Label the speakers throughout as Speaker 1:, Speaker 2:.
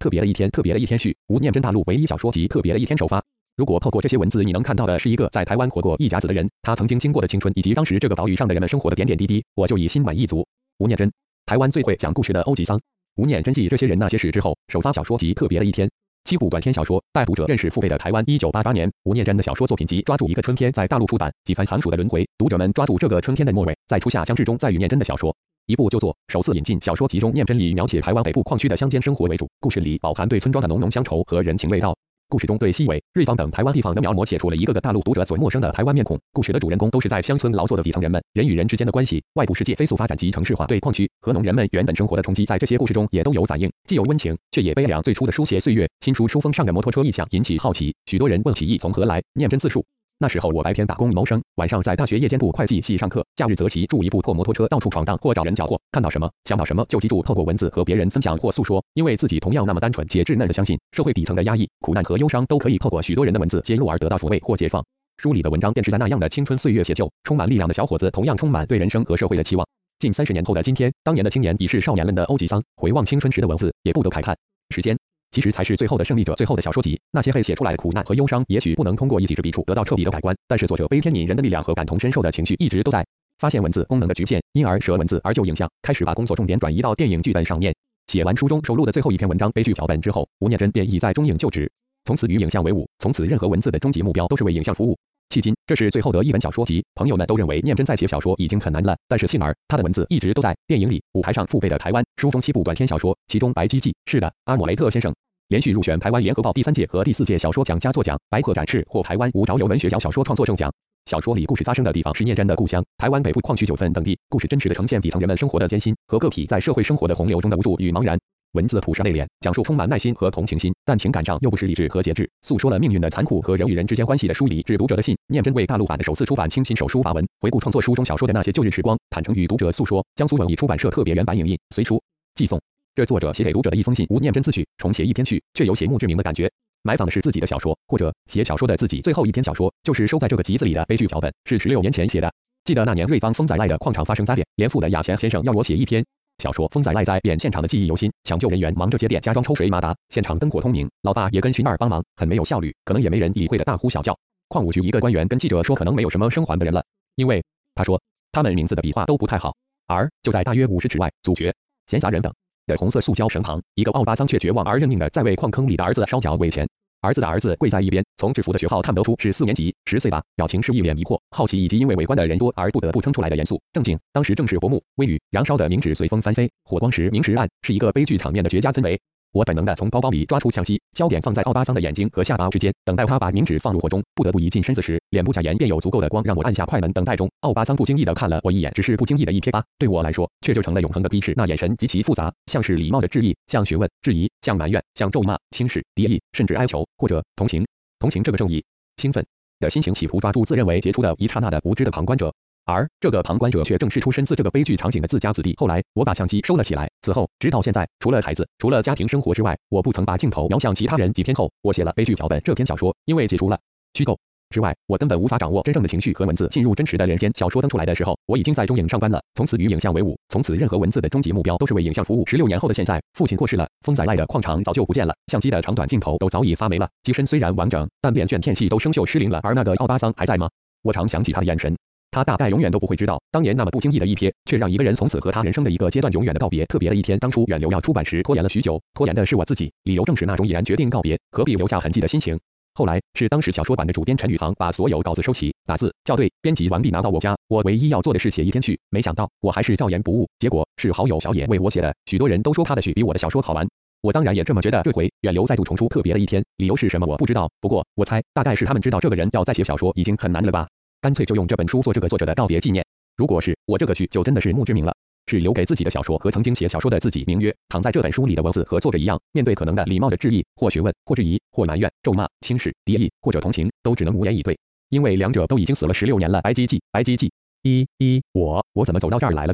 Speaker 1: 特别的一天，特别的一天序，吴念真大陆唯一小说集特别的一天首发。如果透过这些文字，你能看到的是一个在台湾活过一甲子的人，他曾经经过的青春，以及当时这个岛屿上的人们生活的点点滴滴，我就已心满意足。吴念真，台湾最会讲故事的欧吉桑。吴念真记这些人那些事之后，首发小说集特别的一天。7部短篇小说带读者认识父辈的台湾。1988年，吴念真的小说作品集《抓住一个春天》在大陆出版，几番寒暑的轮回，读者们抓住这个春天的末尾，在初夏将至中再与念真的小说一部就作，首次引进小说集中，念真里描写台湾北部矿区的乡间生活为主，故事里饱含对村庄的浓浓乡愁和人情味道。故事中对西尾、瑞芳等台湾地方的描摹写出了一个个大陆读者所陌生的台湾面孔。故事的主人公都是在乡村劳作的底层人们，人与人之间的关系，外部世界飞速发展及城市化对矿区和农人们原本生活的冲击，在这些故事中也都有反映，既有温情，却也悲凉。最初的书写岁月，新书书封上的摩托车意象引起好奇，许多人问起义从何来。念真自述。那时候我白天打工谋生，晚上在大学夜间部会计系上课，假日则骑住一部破摩托车到处闯荡或找人缴获，看到什么想到什么就记住，透过文字和别人分享或诉说。因为自己同样那么单纯且稚嫩的相信，社会底层的压抑、苦难和忧伤都可以透过许多人的文字揭露而得到抚慰或解放。书里的文章便是在那样的青春岁月写就，充满力量的小伙子同样充满对人生和社会的期望。近30年后的今天，当年的青年已是少年了的欧吉桑回望青春时的文字，也不得慨叹。时间其实才是最后的胜利者。最后的小说集，那些被写出来的苦难和忧伤，也许不能通过一己之笔触得到彻底的改观，但是作者悲天悯人的力量和感同身受的情绪一直都在。发现文字功能的局限，因而舍文字而就影像，开始把工作重点转移到电影剧本上面。写完书中收录的最后一篇文章《悲剧脚本》之后，吴念真便已在中影就职，从此与影像为伍。从此任何文字的终极目标都是为影像服务。迄今，这是最后的一本小说集。朋友们都认为念真在写小说已经很难了，但是幸而他的文字一直都在电影里、舞台上。父辈的台湾，书中7部短篇小说，其中《白鸡记》是的，阿姆雷特先生连续入选台湾联合报第3届和第4届小说奖佳作奖、白鹤展翅或台湾无着流文学奖小说创作正奖。小说里故事发生的地方是念真的故乡，台湾北部矿区9份等地。故事真实的呈现底层人们生活的艰辛和个体在社会生活的洪流中的无助与茫然。文字朴实内敛，讲述充满耐心和同情心，但情感上又不失理智和节制，诉说了命运的残酷和人与人之间关系的疏离。致读者的信，念真为大陆版的首次出版清新手书法文，回顾创作书中小说的那些旧日时光，坦诚与读者诉说。江苏文艺出版社特别原版影印，随书寄送。这作者写给读者的一封信，吴念真自序，重写一篇序，却有写墓志铭的感觉。埋葬的是自己的小说，或者写小说的自己。最后一篇小说就是收在这个集子里的悲剧脚本，是16年前写的。记得那年瑞芳丰仔赖的矿场发生灾变，连副的亚贤先生要我写一篇小说。丰仔赖灾变现场的记忆犹新，抢救人员忙着接电加装抽水马达，现场灯火通明，老爸也跟巡二帮忙，很没有效率，可能也没人理会的大呼小叫。矿务局一个官员跟记者说，可能没有什么生还的人了，因为他说他们名字的笔画都不太好。而就在大约50尺外，祖爵、闲杂人等的红色塑胶绳旁，一个奥巴桑却绝望而认命的在为矿坑里的儿子烧脚尾钱。儿子的儿子跪在一边，从制服的学号看得出是4年级，10岁吧，表情是一脸迷惑、好奇以及因为围观的人多而不得不撑出来的严肃正经。当时正是薄暮微雨，燃烧的冥纸随风翻飞，火光时明时暗，是一个悲剧场面的绝佳氛围。我本能的从包包里抓出相机，焦点放在奥巴桑的眼睛和下巴之间，等待他把冥纸放入火中，不得不移近身子时，脸部假颜便有足够的光让我按下快门等待中。奥巴桑不经意的看了我一眼，只是不经意的一瞥吧，对我来说却就成了永恒的逼视。那眼神极其复杂，像是礼貌的质疑，像询问、质疑，像埋怨，像咒骂、轻视、敌意，甚至哀求或者同情。同情这个正义、兴奋的心情企图抓住自认为杰出的一刹那的无知的旁观者。而这个旁观者却正是出身自这个悲剧场景的自家子弟。后来我把相机收了起来，此后直到现在，除了孩子，除了家庭生活之外，我不曾把镜头瞄向其他人。几天后，我写了悲剧脚本这篇小说，因为解除了虚构之外，我根本无法掌握真正的情绪和文字。进入真实的人间，小说登出来的时候，我已经在中影上班了，从此与影像为伍，从此任何文字的终极目标都是为影像服务。16年后的现在，父亲过世了，丰仔赖的矿场早就不见了，相机的长短镜头都早已发霉了，机身虽然完整，但便卷片系都生锈失灵了。而那个奥巴桑还在吗？我常想起他的眼神。他大概永远都不会知道，当年那么不经意的一瞥，却让一个人从此和他人生的一个阶段永远的告别。特别的一天，当初远流要出版时拖延了许久，拖延的是我自己，理由正是那种已然决定告别，何必留下痕迹的心情。后来是当时小说版的主编陈宇航把所有稿子收齐、打字、校对、编辑完毕拿到我家，我唯一要做的是写一篇序，没想到我还是照言不误，结果是好友小野为我写的，许多人都说他的序比我的小说好玩。我当然也这么觉得。这回远流再度重出特别的一天，理由是什么我不知道，不过我猜大概是他们知道这个人要再写小说已经很难了吧，干脆就用这本书做这个作者的告别纪念。如果是我，这个序就真的是墓志铭了，是留给自己的小说和曾经写小说的自己。名曰躺在这本书里的文字和作者一样，面对可能的礼貌的质疑或询问或质疑或埋怨、咒骂、轻视、敌意或者同情，都只能无言以对，因为两者都已经死了16年了。白鸡记，白鸡记，我怎么走到这儿来了呢？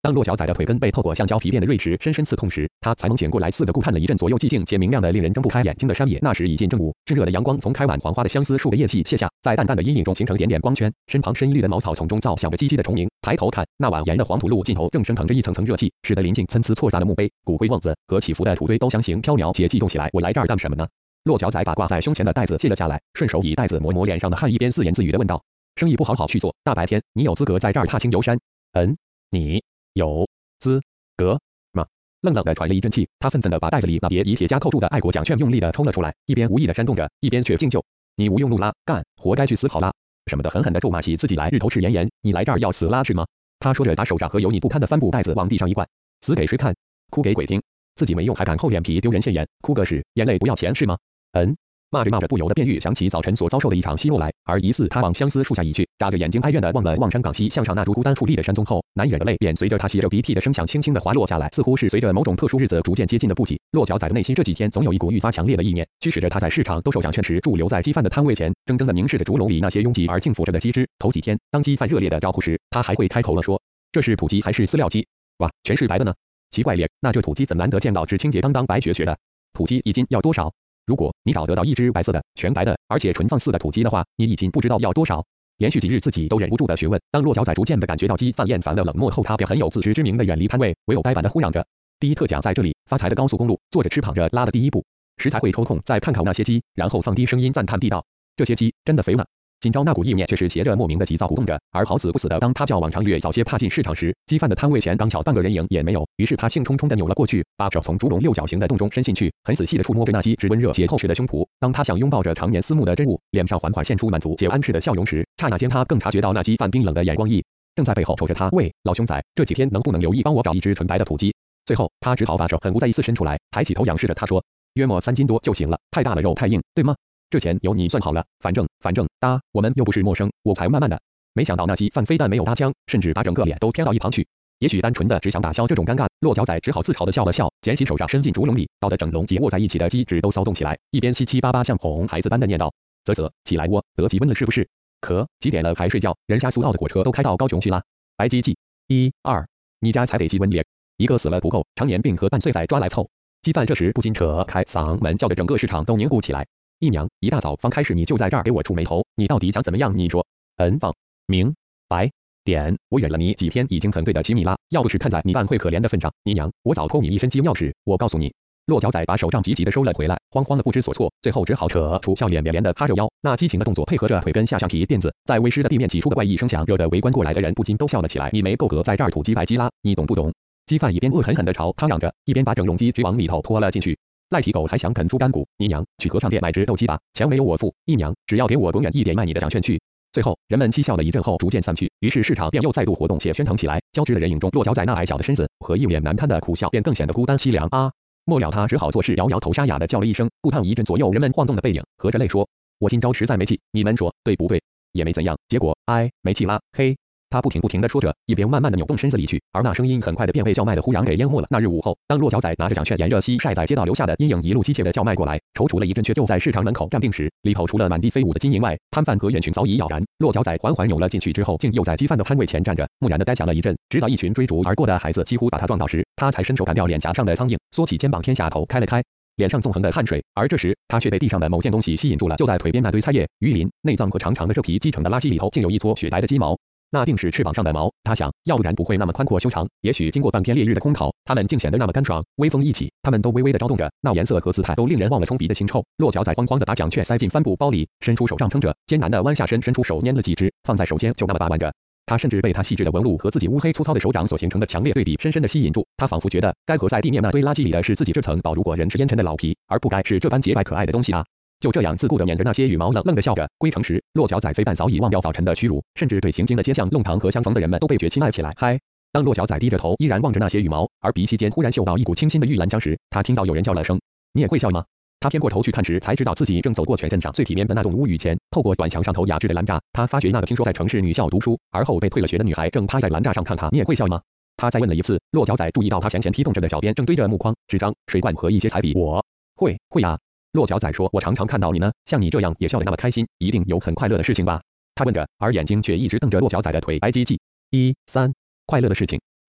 Speaker 1: 当落脚仔的腿根被透过橡胶皮变得锐齿，深深刺痛时，他才猛醒过来，四个顾看了一阵左右寂静且明亮的令人睁不开眼睛的山野。那时已近正午，炙热的阳光从开满黄花的相思树的叶隙泻下，在淡淡的阴影中形成点点光圈。身旁深绿的茅草丛中造响着唧唧的虫鸣。抬头看，那蜿蜒的黄土路尽头正升腾着一层层热气，使得临近参差错杂的墓碑、骨灰瓮子和起伏的土堆都相形飘渺且悸动起来。我来这儿干什么呢？落脚仔把挂在胸前的袋子卸了下来，顺手以袋子抹抹脸上的汗，一边自言自语地问道：“生意不好好去做，大白天你有资格在这儿踏青游山？你有资格吗？”愣愣地喘了一阵气，他愤愤地把袋子里那叠以铁夹扣住的爱国奖券用力地抽了出来，一边无意地煽动着，一边却敬就：“你无用路拉，干，活该去死好啦！”什么的狠狠地咒骂起自己来，日头赤炎炎，你来这儿要死啦是吗？他说着，把手上和油腻不堪的帆布袋子往地上一灌，死给谁看？哭给鬼听！自己没用还敢厚脸皮丢人现眼，哭个屎！眼泪不要钱是吗？骂着骂着，不由得便欲想起早晨所遭受的一场奚落来，而疑似他往相思树下一去，眨着眼睛哀怨地望了望山岗西向上那株孤单矗立的山宗后，难忍的泪便随着他吸着鼻涕的声响轻轻地滑落下来，似乎是随着某种特殊日子逐渐接近的不起。落脚仔的内心这几天总有一股愈发强烈的意念，驱使着他在市场兜售奖券时驻留在鸡贩的摊位前，怔怔地凝视着竹楼里那些拥挤而敬伏着的鸡只。头几天，当鸡贩热烈地招呼时，他还会开口了说：“这是土鸡还是饲料鸡？哇，全是白的呢！奇怪咧，那这土鸡怎难得见到只清洁当当白雪雪的？土鸡一斤要多少？如果你找得到一只白色的、全白的，而且纯放饲的土鸡的话，你一斤不知道要多少？”连续几日自己都忍不住的询问。当落脚仔逐渐的感觉到鸡贩厌烦的冷漠后，他便很有自知之明的远离摊位，唯有呆板的呼嚷着：“第一特奖在这里，发财的高速公路，坐着吃躺着拉的第一步。”时才会抽空再看看那些鸡，然后放低声音赞叹地道：“这些鸡真的肥呢。”今朝那股意念却是携着莫名的急躁鼓动着，而好死不死的，当他较往常越早些踏进市场时，鸡贩的摊位前刚巧半个人影也没有。于是他兴冲冲地扭了过去，把手从猪笼六角形的洞中伸进去，很仔细地触摸着那鸡只温热且厚实的胸脯。当他想拥抱着常年思慕的真物，脸上缓缓现出满足且安适的笑容时，刹那间他更察觉到那鸡贩冰冷的眼光意正在背后瞅着他。喂，老兄仔，这几天能不能留意帮我找一只纯白的土鸡？最后他只好把手很不在意思伸出来，抬起头仰视着他说：“约莫3斤多就行了，太大了肉太硬，对吗？这钱由你算好了，反正我们又不是陌生，我才慢慢的。”没想到那鸡贩非但没有搭腔，甚至把整个脸都偏到一旁去。也许单纯的只想打消这种尴尬，落脚仔只好自嘲的笑了笑，捡起手上伸进竹笼里倒的整笼紧握在一起的鸡只都骚动起来，一边七七八八像哄孩子般的念叨：“啧，起来窝，得体温了是不是？可几点了还睡觉？人家苏澳的火车都开到高雄去啦。白鸡记1、2，你家才得鸡温咧，一个死了不够，常年病和半岁仔抓来凑。”鸡贩这时不禁扯开嗓门，叫得整个市场都凝固起来。一娘，一大早方开始你就在这儿给我触眉头，你到底想怎么样？你说，放明白点，我忍了你几天已经很对得起你啦，要不是看在你半会可怜的份上，你娘，我早偷你一身鸡尿屎，我告诉你。落脚仔把手杖急急地收了回来，慌慌的不知所措，最后只好扯出笑脸连连的趴着腰，那激情的动作配合着腿根下橡皮垫子在微湿的地面挤出的怪异声响，惹得围观过来的人不禁都笑了起来。你没够格在这儿土鸡白鸡啦，你懂不懂？鸡贩一边恶狠狠地朝他嚷着，一边把整笼鸡直往里头拖了进去。赖皮狗还想啃出干骨，你娘，去和尚店买只斗鸡吧，钱没有我付，一娘，只要给我滚远一点卖你的奖券去。最后，人们嬉笑了一阵后逐渐散去，于是市场便又再度活动且喧腾起来。交织的人影中，落脚仔那矮小的身子和一脸难堪的苦笑便更显得孤单凄凉啊！末了，他只好作势摇摇头，沙哑的叫了一声，不烫一阵左右人们晃动的背影，合着泪说：“我今朝实在没气，你们说对不对？也没怎样，结果没气啦，嘿。”他不停地说着，一边慢慢地扭动身子离去，而那声音很快地便被叫卖的呼嚷给淹没了。那日午后，当落脚仔拿着奖券沿着西晒在街道留下的阴影一路机械地叫卖过来，踌躇了一阵，却又在市场门口站定时，里头除了满地飞舞的金银外，摊贩和人群早已杳然。落脚仔缓缓扭了进去之后，竟又在鸡贩的摊位前站着，木然地呆想了一阵，直到一群追逐而过的孩子几乎把他撞倒时，他才伸手砍掉脸颊上的苍蝇，缩起肩膀，偏下头开了开，脸上纵横的汗水。而这时，他却被地上的某件东西吸引住了，就在腿边那堆菜叶、鱼鳞、内脏和长长的这皮积成的垃圾里头，竟有一撮雪白的鸡毛。那定是翅膀上的毛，他想，要不然不会那么宽阔修长。也许经过半天烈日的烘烤，它们竟显得那么干爽。微风一起，它们都微微的招动着，那颜色和姿态都令人忘了冲鼻的腥臭。落脚仔慌慌的把奖券塞进帆布包里，伸出手杖撑着，艰难的弯下身，伸出手拈了几只，放在手间就那么把玩着。他甚至被他细致的纹路和自己乌黑粗糙的手掌所形成的强烈对比深深的吸引住。他仿佛觉得，该合在地面那堆垃圾里的是自己这层饱如果人吃烟尘的老皮，而不该是这般洁白可爱的东西啊。就这样自顾地捻着那些羽毛，冷冷地笑着。归程时，落脚仔非但早已忘掉早晨的屈辱，甚至对行经的街巷、弄堂和相逢的人们都被觉亲爱起来。嗨！当落脚仔低着头，依然望着那些羽毛，而鼻息间忽然嗅到一股清新的玉兰香时，他听到有人叫了声：“你也会笑吗？”他偏过头去看时，才知道自己正走过全镇上最体面的那栋屋宇前。透过短墙上头雅致的栏栅，他发觉那个听说在城市女校读书，而后被退了学的女孩正趴在栏栅上看他。你也会笑吗？他再问了一次。落脚仔注意到他前踢动着的脚边正堆着木框、纸张、水罐和一些彩笔。我会呀。落脚仔说：“我常常看到你呢，像你这样也笑得那么开心，一定有很快乐的事情吧？”他问着，而眼睛却一直瞪着落脚仔的腿。白鸡记1、3，快乐的事情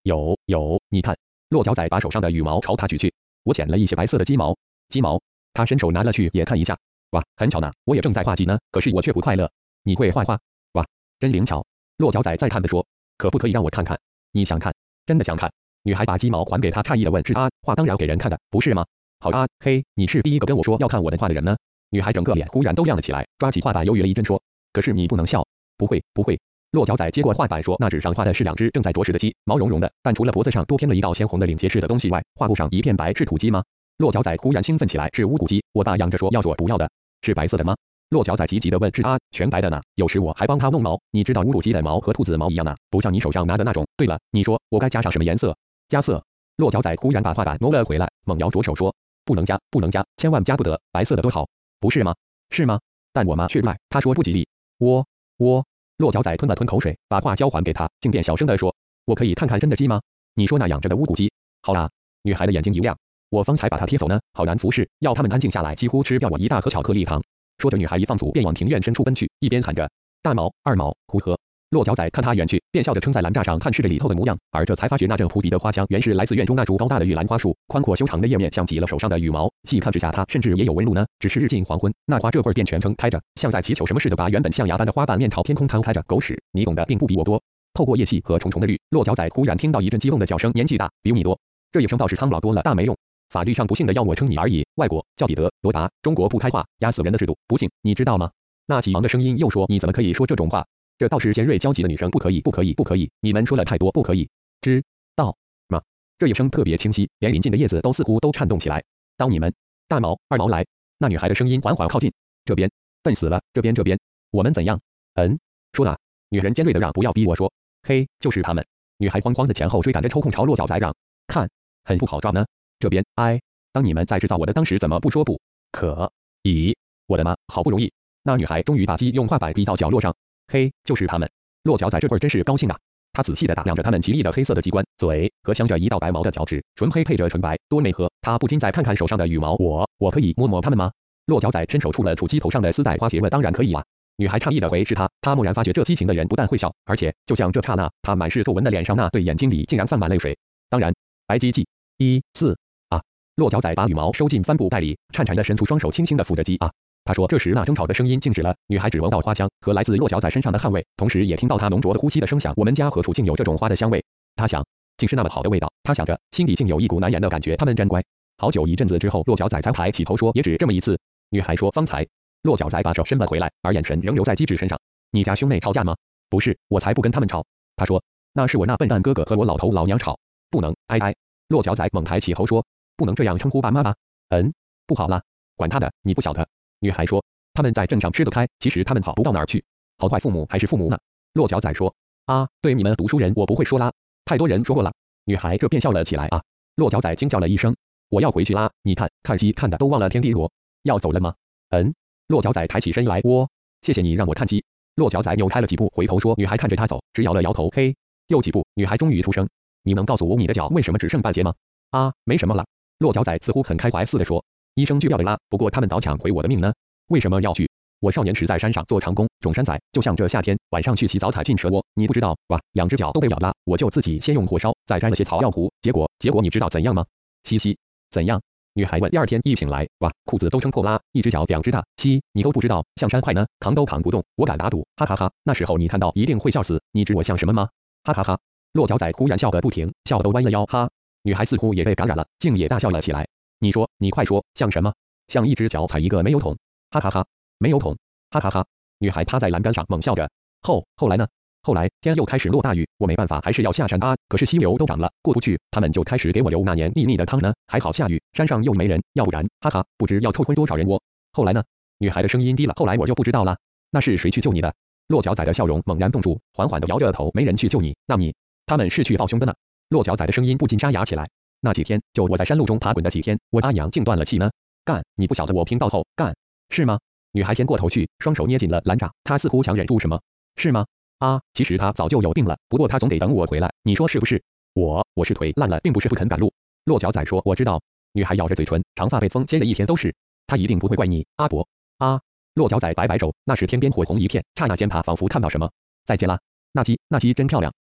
Speaker 1: 有，你看。落脚仔把手上的羽毛朝他举去，我捡了一些白色的鸡毛。鸡毛，他伸手拿了去也看一下。哇，很巧呢，我也正在画鸡呢，可是我却不快乐。你会画画？哇，真灵巧。落脚仔赞叹地说，可不可以让我看看？你想看？真的想看？女孩把鸡毛还给他，诧异地问：是啊，画当然给人看的，不是吗？好啊，嘿，你是第一个跟我说要看我的画的人呢。女孩整个脸忽然都亮了起来，抓起画板犹豫了一阵说，可是你不能笑。不会。落脚仔接过画板说，那纸上画的是两只正在啄食的鸡，毛茸茸的，但除了脖子上多添了一道鲜红的领结似的东西外，画布上一片白，是土鸡吗？落脚仔忽然兴奋起来，是乌骨鸡，我爸养着说要做不要的，是白色的吗？落脚仔急急地问，是啊，全白的呢，有时我还帮他弄毛，你知道乌骨鸡的毛和兔子毛一样呢，不像你手上拿的那种。对了，你说我该加上什么颜色？加色。落脚仔忽然把画板挪了回来，猛摇着手说，不能加，千万加不得，白色的多好。不是吗？是吗？但我妈却赖，她说不吉利。我。落脚仔吞了吞口水，把画交还给他，静电小声地说，我可以看看真的鸡吗？你说那养着的乌骨鸡？好啦。女孩的眼睛一亮，我方才把它贴走呢，好难服侍，要他们安静下来，几乎吃掉我一大盒巧克力糖。说着，女孩一放足，便往庭院深处奔去，一边喊着大毛、二毛、胡和。落脚仔看他远去，便笑着撑在栏架上探视着里头的模样，而这才发觉那阵扑鼻的花香，原是来自院中那株高大的玉兰花树，宽阔修长的叶面像极了手上的羽毛，细看之下它甚至也有纹路呢。只是日近黄昏，那花这会儿便全撑开着，像在祈求什么似的，把原本象牙般的花瓣面朝天空摊开着。狗屎，你懂得并不比我多。透过叶隙和重重的绿，落脚仔忽然听到一阵激动的叫声，年纪大，比你多。这一声倒是苍老多了，大没用。法律上不幸的要我称你而已，外国叫彼得罗达，中国不开化，压死人的制度，不幸，你知道吗？那启昂的声音又说，你怎么可以说这种话？这倒是尖锐焦急的女生，不可以，你们说了太多，不可以，知道吗？这一声特别清晰，连临近的叶子都似乎都颤动起来。当你们大毛、二毛来，那女孩的声音缓缓靠近，这边，笨死了，这边，我们怎样？说哪？女人尖锐的让，不要逼我说，嘿，就是他们。女孩慌慌的前后追赶着，抽空朝落脚仔嚷，看，很不好抓呢。这边，当你们在制造我的当时，怎么不说不可以？我的妈，好不容易，那女孩终于把鸡用画板逼到角落上。嘿，就是他们。落脚仔这会儿真是高兴啊！他仔细地打量着他们奇异的黑色的鸡冠、嘴和镶着一道白毛的脚趾，纯黑配着纯白，多美和。他不禁再看看手上的羽毛，我可以摸摸它们吗？落脚仔伸手触了触鸡头上的丝带花结，问：当然可以啊。女孩诧异地回：是他。他蓦然发觉，这激情的人不但会笑，而且就像这刹那，他满是皱纹的脸上那对眼睛里竟然泛满泪水。当然，白鸡记1、4啊！落脚仔把羽毛收进帆布袋里，颤颤地伸出双手，轻轻地抚着鸡啊。他说，这时那争吵的声音静止了，女孩只闻到花香和来自落脚仔身上的汗味，同时也听到他浓浊的呼吸的声响。我们家何处竟有这种花的香味？他想，竟是那么好的味道。他想着，心里竟有一股难言的感觉。他们真乖。好久一阵子之后，落脚仔才抬起头说，也只这么一次。女孩说，方才。落脚仔把手伸了回来，而眼神仍留在鸡翅身上。你家兄妹吵架吗？不是，我才不跟他们吵。他说，那是我那笨蛋哥哥和我老头老娘吵。不能，落脚仔猛抬起头说，不能这样称呼爸妈吧？不好啦，管他的，你不晓得。女孩说，他们在镇上吃得开，其实他们好不到哪儿去。好坏父母还是父母呢。落脚仔说，对你们读书人我不会说啦，太多人说过了。女孩这便笑了起来啊。落脚仔惊叫了一声，我要回去啦，你看鸡看的都忘了天地罗，要走了吗？落脚仔抬起身来，谢谢你让我看鸡。落脚仔扭开了几步，回头说，女孩看着他走，直摇了摇头，嘿，又几步，女孩终于出声，你能告诉我你的脚为什么只剩半截吗？没什么了。落脚仔似乎很开怀似的说，医生就要了啦，不过他们倒抢回我的命呢。为什么要去？我少年时在山上做长工，种山仔，就像这夏天晚上去洗澡踩进蛇窝，你不知道哇，两只脚都被咬了，我就自己先用火烧，再摘了些草药糊，结果你知道怎样吗？嘻嘻，怎样？女孩问。第二天一醒来，哇，裤子都撑破啦，一只脚两只大，你都不知道，像山块呢，扛都扛不动，我敢打赌，哈哈哈，那时候你看到一定会笑死，你知我像什么吗？哈哈哈。落脚仔忽然笑个不停，笑得都弯了腰，哈。女孩似乎也被感染了，竟也大笑了起来。你快说，像什么？像一只脚踩一个煤油桶，哈哈哈，煤油桶，哈哈哈。女孩趴在栏杆上猛笑着。后来呢？后来天又开始落大雨，我没办法，还是要下山可是溪流都涨了，过不去，他们就开始给我留那年秘密的汤呢。还好下雨，山上又没人，要不然，哈哈，不知要臭昏多少人窝。后来呢？女孩的声音低了。后来我就不知道了。那是谁去救你的？落脚仔的笑容猛然冻住，缓缓地摇着头，没人去救你，那他们是去报凶的呢。落脚仔的声音不禁沙哑起来。那几天，就我在山路中爬滚的几天，我阿娘竟断了气呢。干，你不晓得我拼到后干，是吗？女孩偏过头去，双手捏紧了栏杆，她似乎想忍住什么，是吗？其实她早就有病了，不过她总得等我回来，你说是不是？我是腿烂了，并不是不肯赶路。落脚仔说，我知道。女孩咬着嘴唇，长发被风接了一天都是。她一定不会怪你，阿伯。落脚仔摆摆手，那时天边火红一片，刹那间他仿佛看到什么。再见啦，那鸡真漂亮。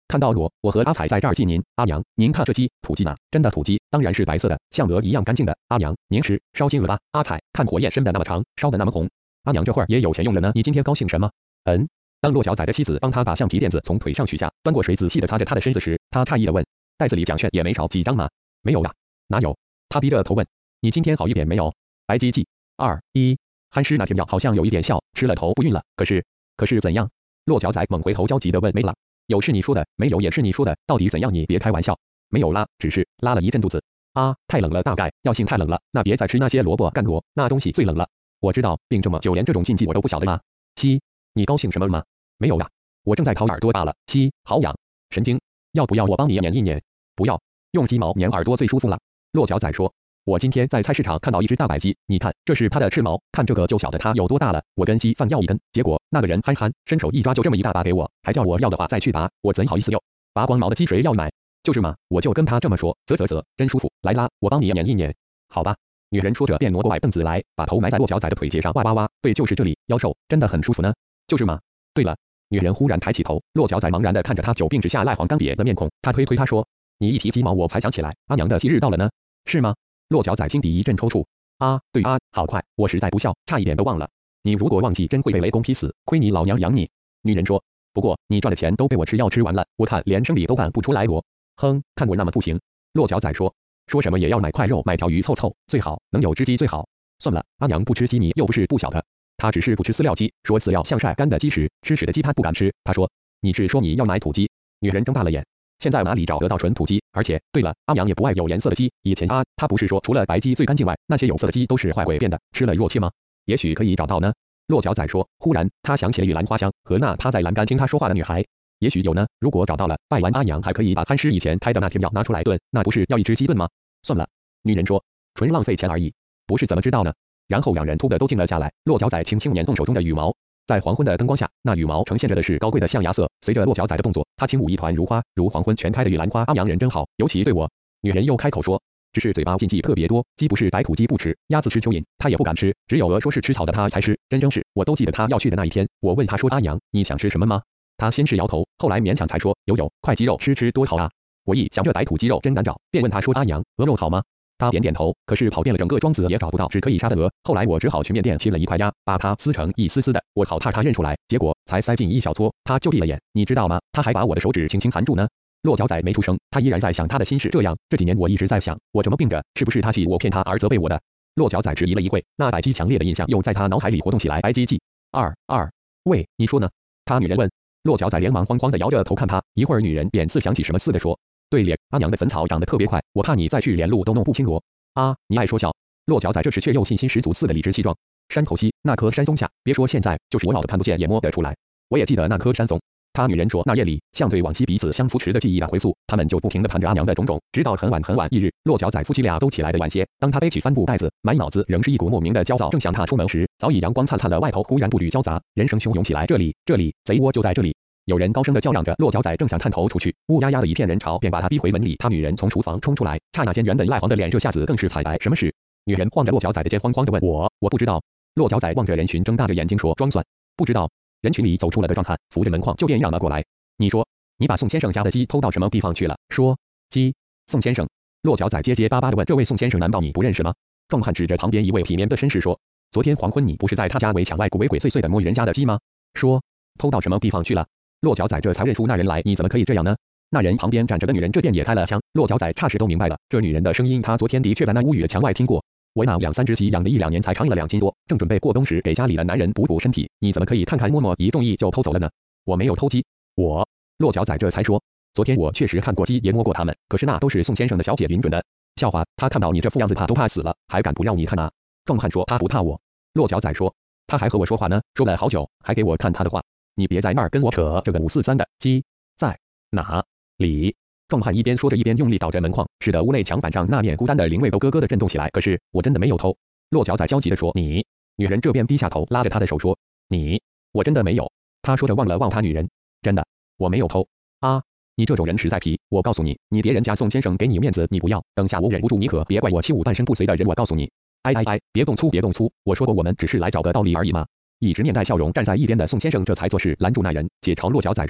Speaker 1: 看到我和阿彩在这儿记您。阿娘，您看这鸡，土鸡呢？真的土鸡，当然是白色的，像鹅一样干净的。阿娘，您吃，烧精了吧？阿彩，看火焰伸得那么长，烧得那么红。阿娘这会儿也有钱用了呢，你今天高兴什么？当落脚仔的妻子帮他把橡皮垫子从腿上取下，端过水仔细地擦着他的身子时，他诧异地问：袋子里奖券也没少几张吗？没有啦，哪有？他低着头问：你今天好一点没有？白鸡记2:1，憨师那天药好像有一点效，吃了头不晕了，可是怎样？落脚仔猛回头焦急地问：没了。有是你说的，没有也是你说的，到底怎样？你别开玩笑。没有啦，只是拉了一阵肚子。啊，太冷了，大概药性太冷了，那别再吃那些萝卜干果，那东西最冷了。我知道，病这么久连这种禁忌我都不晓得吗？七，你高兴什么了吗？没有啦，我正在掏耳朵罢了。七，好痒，神经，要不要我帮你捻一捻？不要，用鸡毛捻耳朵最舒服了。落脚仔说。我今天在菜市场看到一只大白鸡，你看，这是它的翅毛，看这个就晓得它有多大了。我跟鸡贩要一根，结果那个人憨伸手一抓就这么一大把给我，还叫我要的话再去拔，我怎好意思哟？拔光毛的鸡谁要买？就是嘛，我就跟他这么说，啧，真舒服，来啦，我帮你捻一捻。好吧。女人说着便挪过矮凳子来，把头埋在落脚仔的腿节上，哇，对，就是这里，腰瘦，真的很舒服呢。就是嘛。对了，女人忽然抬起头，落脚仔茫然地看着她久病之下赖黄干瘪的面孔，她推他说：你一提鸡毛我才想起来，阿娘的忌日到了呢。是吗？落脚仔心底一阵抽搐。啊，对啊，好快，我实在不孝，差一点都忘了。你如果忘记，真会被雷公劈死，亏你老娘养你。女人说。不过你赚的钱都被我吃药吃完了，我看连生理都办不出来我。哼，看我那么不行。落脚仔说。说什么也要买块肉，买条鱼凑，最好能有只鸡最好。算了，阿娘不吃鸡，你又不是不晓得。她只是不吃饲料鸡，说饲料像晒干的鸡屎，吃屎的鸡她不敢吃。她说。你是说你要买土鸡？女人睁大了眼。现在哪里找得到纯土鸡？而且，对了，阿娘也不爱有颜色的鸡。以前她不是说除了白鸡最干净外，那些有色的鸡都是坏鬼变的，吃了弱气吗？也许可以找到呢。落脚仔说。忽然，他想起了玉兰花香和那趴在栏杆听他说话的女孩。也许有呢。如果找到了，拜完阿娘还可以把憨师以前开的那天药拿出来炖，那不是要一只鸡炖吗？算了，女人说。纯浪费钱而已，不是怎么知道呢？然后两人突的都静了下来。落脚仔轻轻捻动手中的羽毛。在黄昏的灯光下，那羽毛呈现着的是高贵的象牙色。随着落脚仔的动作，它轻舞一团如花，如黄昏全开的玉兰花。阿娘人真好，尤其对我。女人又开口说。只是嘴巴禁忌特别多，鸡不是白土鸡不吃，鸭子吃蚯蚓，他也不敢吃，只有鹅说是吃草的他才吃，真正是，我都记得他要去的那一天。我问他说阿娘，你想吃什么吗？他先是摇头，后来勉强才说有，块鸡肉吃多好啊。我一想这白土鸡肉真难找，便问他说阿娘，鹅肉好吗？他点点头，可是跑遍了整个庄子也找不到只可以杀的鹅。后来我只好去面店切了一块鸭，把它撕成一丝丝的，我好怕他认出来，结果才塞进一小撮，他就闭了眼，你知道吗？他还把我的手指轻轻含住呢。落脚仔没出声，他依然在想他的心事。这样，这几年我一直在想，我这么病着，是不是他气我骗他而责备我的？落脚仔迟疑了一会，那白鸡强烈的印象又在他脑海里活动起来。白鸡记2:2，喂，你说呢？他女人问。落脚仔连忙慌慌地摇着头看他，一会儿女人便似想起什么似的说：对咧，阿娘的坟草长得特别快，我怕你再去连路都弄不清罗。啊，你爱说笑。落脚仔这时却又信心十足似的理直气壮。山头西那棵山松下，别说现在，就是我老的看不见也摸得出来。我也记得那棵山松。他女人说，那夜里像对往昔彼此相扶持的记忆的回溯，他们就不停地谈着阿娘的种种，直到很晚一日，落脚仔夫妻俩都起来的晚些。当他背起帆布袋子，满脑子仍是一股莫名的焦躁，正想踏出门时，早已阳光灿灿了，外头忽然步履交杂，人声汹涌起来。这里，贼窝就在这里！有人高声地叫嚷着。落脚仔正想探头出去，乌压压的一片人潮便把他逼回门里。他女人从厨房冲出来，刹那间原本赖黄的脸这下子更是惨白。什么事？女人晃着落脚仔的肩，慌慌地问。我不知道。落脚仔望着人群，睁大着眼睛说，装蒜，不知道。人群里走出了个壮汉，扶着门框就便嚷了过来。你说，你把宋先生家的鸡偷到什么地方去了？说，鸡，宋先生。落脚仔结结巴巴地问，这位宋先生难道你不认识吗？壮汉指着旁边一位体面的绅士说，昨天黄昏你不是在他家围墙外鬼祟地摸人家的鸡吗？说，偷到什么地方去了？落脚仔这才认出那人来，你怎么可以这样呢？那人旁边站着的女人这便也开了枪。落脚仔霎时都明白了，这女人的声音他昨天的确在那屋宇的墙外听过。我那2-3只鸡养了1-2年才长了2斤多，正准备过冬时给家里的男人补补身体，你怎么可以看看摸摸一中意就偷走了呢？我没有偷鸡。落脚仔这才说，昨天我确实看过鸡也摸过它们，可是那都是宋先生的小姐允准的。笑话，他看到你这副样子怕都怕死了，还敢不让你看啊？壮汉说他不怕我。落脚仔说，他还和我说话呢，说了好久，还给我看他的话。你别在那儿跟我扯这个543的。鸡在哪里？壮汉一边说着一边用力捣着门框，使得屋内墙板上那面孤单的灵位都咯咯地震动起来。可是我真的没有偷。落脚仔焦急地说。你？女人这边低下头拉着他的手说，我真的没有。他说着望了望他女人，真的，我没有偷。啊，你这种人实在皮，我告诉你，你别人家宋先生给你面子你不要，等下我忍不住你可别怪我欺侮半生不遂的人。我告诉你，别动粗，我说过我们只是来找个道理而已嘛。一直面带笑容站在一边的宋先生这才做事拦住那人，且朝落脚仔说，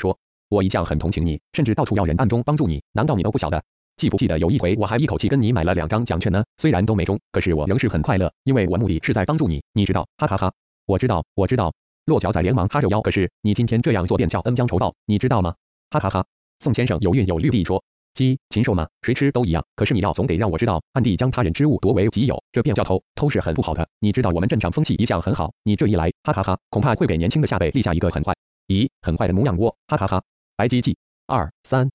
Speaker 1: 我一向很同情你，甚至到处要人暗中帮助你，难道你都不晓得？记不记得有一回我还一口气跟你买了2张奖券呢？虽然都没中，可是我仍是很快乐，因为我目的是在帮助你，你知道，哈哈哈。我知道，我知道。落脚仔连忙哈着腰，可是你今天这样做便叫恩将仇报，你知道吗？哈哈哈。宋先生有韵有律地说。鸡、禽兽嘛，谁吃都一样。可是你要总得让我知道，暗地将他人之物夺为己有，这便叫偷。偷是很不好的。你知道我们镇上风气一向很好，你这一来，哈哈哈，恐怕会给年轻的下辈立下一个很坏的模样窝，哈哈哈。白鸡记2、3。